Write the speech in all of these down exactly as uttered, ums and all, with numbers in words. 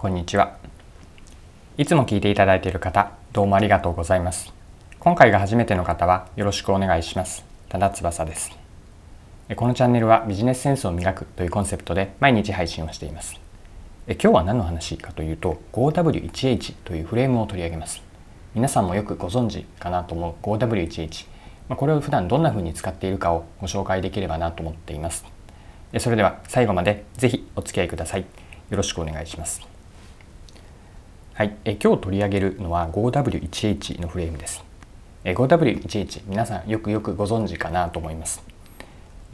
こんにちは。いつも聞いていただいている方、どうもありがとうございます。今回が初めての方はよろしくお願いします。多田翼です。このチャンネルはビジネスセンスを磨くというコンセプトで毎日配信をしています。今日は何の話かというと ゴーダブリューワンエイチ というフレームを取り上げます。皆さんもよくご存知かなと思う ゴーダブリューワンエイチ、これを普段どんな風に使っているかをご紹介できればなと思っています。それでは最後までぜひお付き合いください。よろしくお願いします。はい、え今日取り上げるのは ゴーダブリューワンエイチ のフレームです。え ゴーダブリューワンエイチ 皆さんよくよくご存知かなと思います。え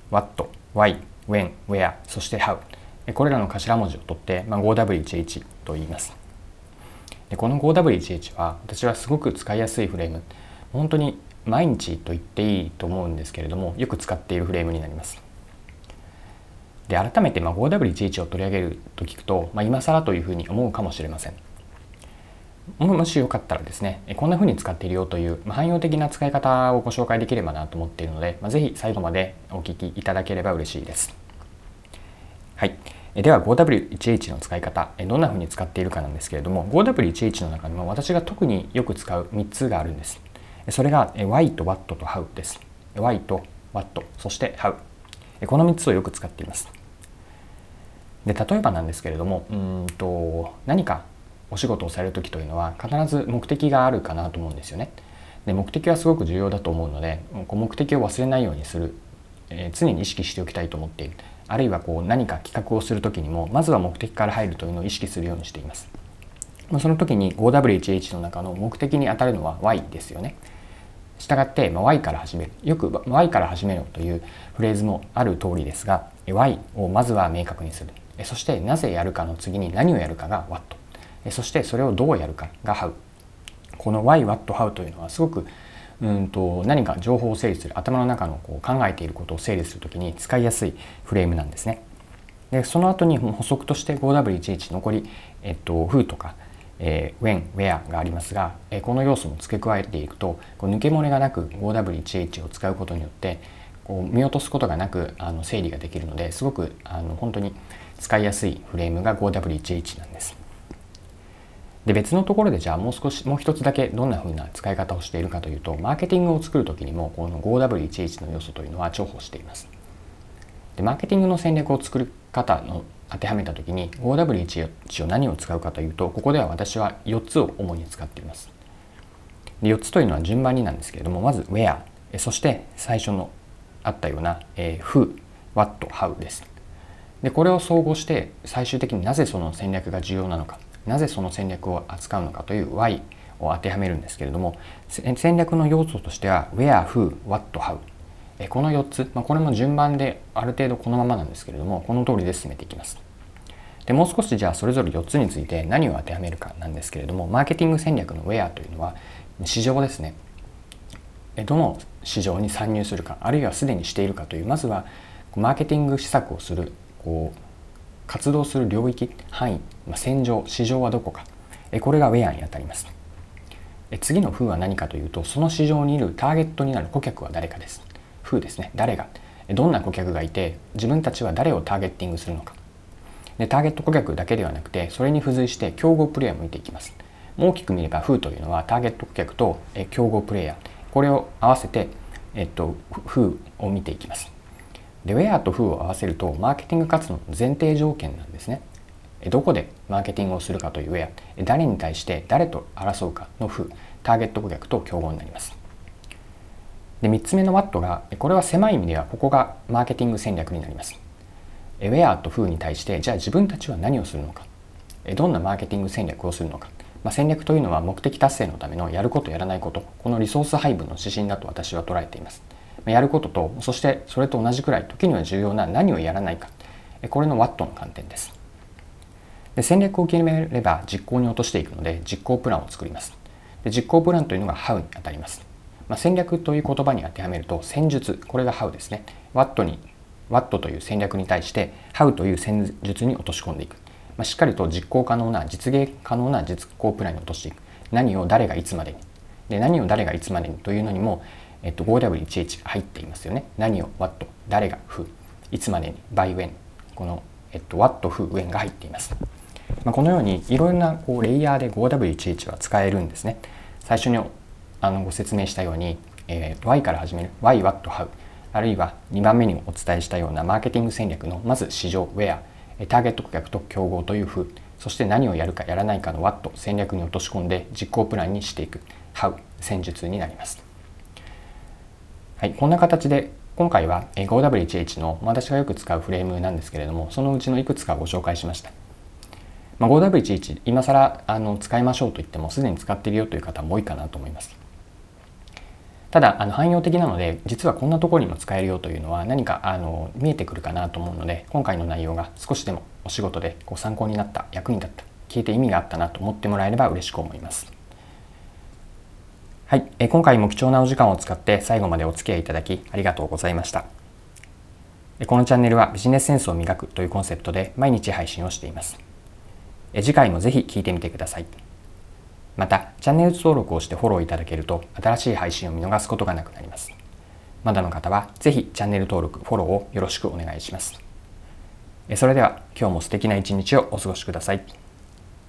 Who、What、Why、When、Where、そして How、えこれらの頭文字を取って、まあ、ゴーダブリューワンエイチ と言います。でこの ゴーダブリューワンエイチ は私はすごく使いやすいフレーム、本当に毎日と言っていいと思うんですけれども、よく使っているフレームになります。で改めて、まあ、ゴーダブリューワンエイチ を取り上げると聞くと、まあ、今更というふうに思うかもしれません。もしよかったらですね、こんな風に使っているよという汎用的な使い方をご紹介できればなと思っているので、ぜひ最後までお聞きいただければ嬉しいです。はい。では ゴーダブリューワンエイチ の使い方、どんな風に使っているかなんですけれども、ゴーダブリューワンエイチ の中にも私が特によく使うみっつがあるんです。それが Why と What と How です。Why と What、そして How。このみっつをよく使っています。で例えばなんですけれども、うんと何かお仕事をされる時というのは必ず目的があるかなと思うんですよね。で目的はすごく重要だと思うので、目的を忘れないようにする、えー、常に意識しておきたいと思っている。あるいはこう何か企画をする時にもまずは目的から入るというのを意識するようにしています。その時に ゴーダブリューワンエイチ の中の目的に当たるのは Why ですよね。したがって、まあ、Why から始める。よく Why から始めろというフレーズもある通りですが、 Why をまずは明確にする。そしてなぜやるかの次に何をやるかが What、そしてそれをどうやるかが How。 この Why、What、How というのはすごくうんと何か情報を整理する、頭の中のこう考えていることを整理するときに使いやすいフレームなんですね。でその後に補足として ゴーダブリューワンエイチ 残り、えっと、Who とか、えー、When、Where がありますが、えー、この要素も付け加えていくとこう抜け漏れがなく ゴーダブリューワンエイチ を使うことによってこう見落とすことがなくあの整理ができるので、すごくあの本当に使いやすいフレームが ゴーダブリューワンエイチ なんです。で別のところでじゃあもう少しもう一つだけどんな風な使い方をしているかというと、マーケティングを作る時にもこの ゴーダブリューワンエイチ の要素というのは重宝しています。でマーケティングの戦略を作る方の当てはめた時に ゴーダブリューワンエイチ を何を使うかというと、ここでは私はよっつを主に使っています。でよっつというのは順番になんですけれども、まず Where、 そして最初のあったような Who、What、How です。でこれを総合して最終的になぜその戦略が重要なのか、なぜその戦略を扱うのかという Why を当てはめるんですけれども、戦略の要素としては Where、Who、What、How、このよっつ、これも順番である程度このままなんですけれども、この通りで進めていきます。でもう少しじゃあそれぞれよっつについて何を当てはめるかなんですけれども、マーケティング戦略の Where というのは市場ですね。どの市場に参入するか、あるいはすでにしているかという、まずはマーケティング施策をするこう活動する領域、範囲、戦場、市場はどこか、これが Where にあたります。次の Who は何かというと、その市場にいるターゲットになる顧客は誰かです。Who ですね。誰が、どんな顧客がいて、自分たちは誰をターゲッティングするのか。でターゲット顧客だけではなくて、それに付随して競合プレイヤーも見ていきます。大きく見れば Who というのはターゲット顧客と競合プレイヤー、これを合わせて、えっと、Who を見ていきます。で Where と Who を合わせるとマーケティング活動の前提条件なんですね。どこでマーケティングをするかという Where、 誰に対して誰と争うかの Who、 ターゲット顧客と競合になります。でみっつめの What が、これは狭い意味ではここがマーケティング戦略になります。Where と Who に対してじゃあ自分たちは何をするのか、どんなマーケティング戦略をするのか、まあ、戦略というのは目的達成のためのやることやらないこと、このリソース配分の指針だと私は捉えています。やることと、そしてそれと同じくらい時には重要な何をやらないか、これの What の観点です。で戦略を決めれば実行に落としていくので、実行プランを作ります。で実行プランというのが How にあたります。まあ、戦略という言葉に当てはめると戦術、これが How ですね。 What に What という戦略に対して How という戦術に落とし込んでいく、まあ、しっかりと実行可能な実現可能な実行プランに落としていく。何を誰がいつまでに、で何を誰がいつまでにというのにもえっと、ゴーダブリューワンエイチ 入っていますよね。何を What、 誰が Who、 いつまでに By When、 この、えっと、What、Who、When が入っています。 まあ、このようにいろいろなこうレイヤーで フォーダブリューいちいち は使えるんですね。最初にあのご説明したように、えー、Y から始める Why, What, How、 あるいはにばんめにお伝えしたようなマーケティング戦略のまず市場 Where、 ターゲット顧客と競合という風、そして何をやるかやらないかの What、 戦略に落とし込んで実行プランにしていく How、 戦術になります。はい、こんな形で今回は フォーダブリューいちいち の私がよく使うフレームなんですけれども、そのうちのいくつかご紹介しました。まあ、フォーダブリューいちいち 今更あの使いましょうと言ってもすでに使っているよという方も多いかなと思います。ただあの汎用的なので、実はこんなところにも使えるよというのは何かあの見えてくるかなと思うので、今回の内容が少しでもお仕事でご参考になった、役に立った、聞いて意味があったなと思ってもらえれば嬉しく思います。はい、え今回も貴重なお時間を使って最後までお付き合いいただきありがとうございました。このチャンネルはビジネスセンスを磨くというコンセプトで毎日配信をしています。次回もぜひ聞いてみてください。またチャンネル登録をしてフォローいただけると新しい配信を見逃すことがなくなります。まだの方はぜひチャンネル登録フォローをよろしくお願いします。それでは今日も素敵な一日をお過ごしください。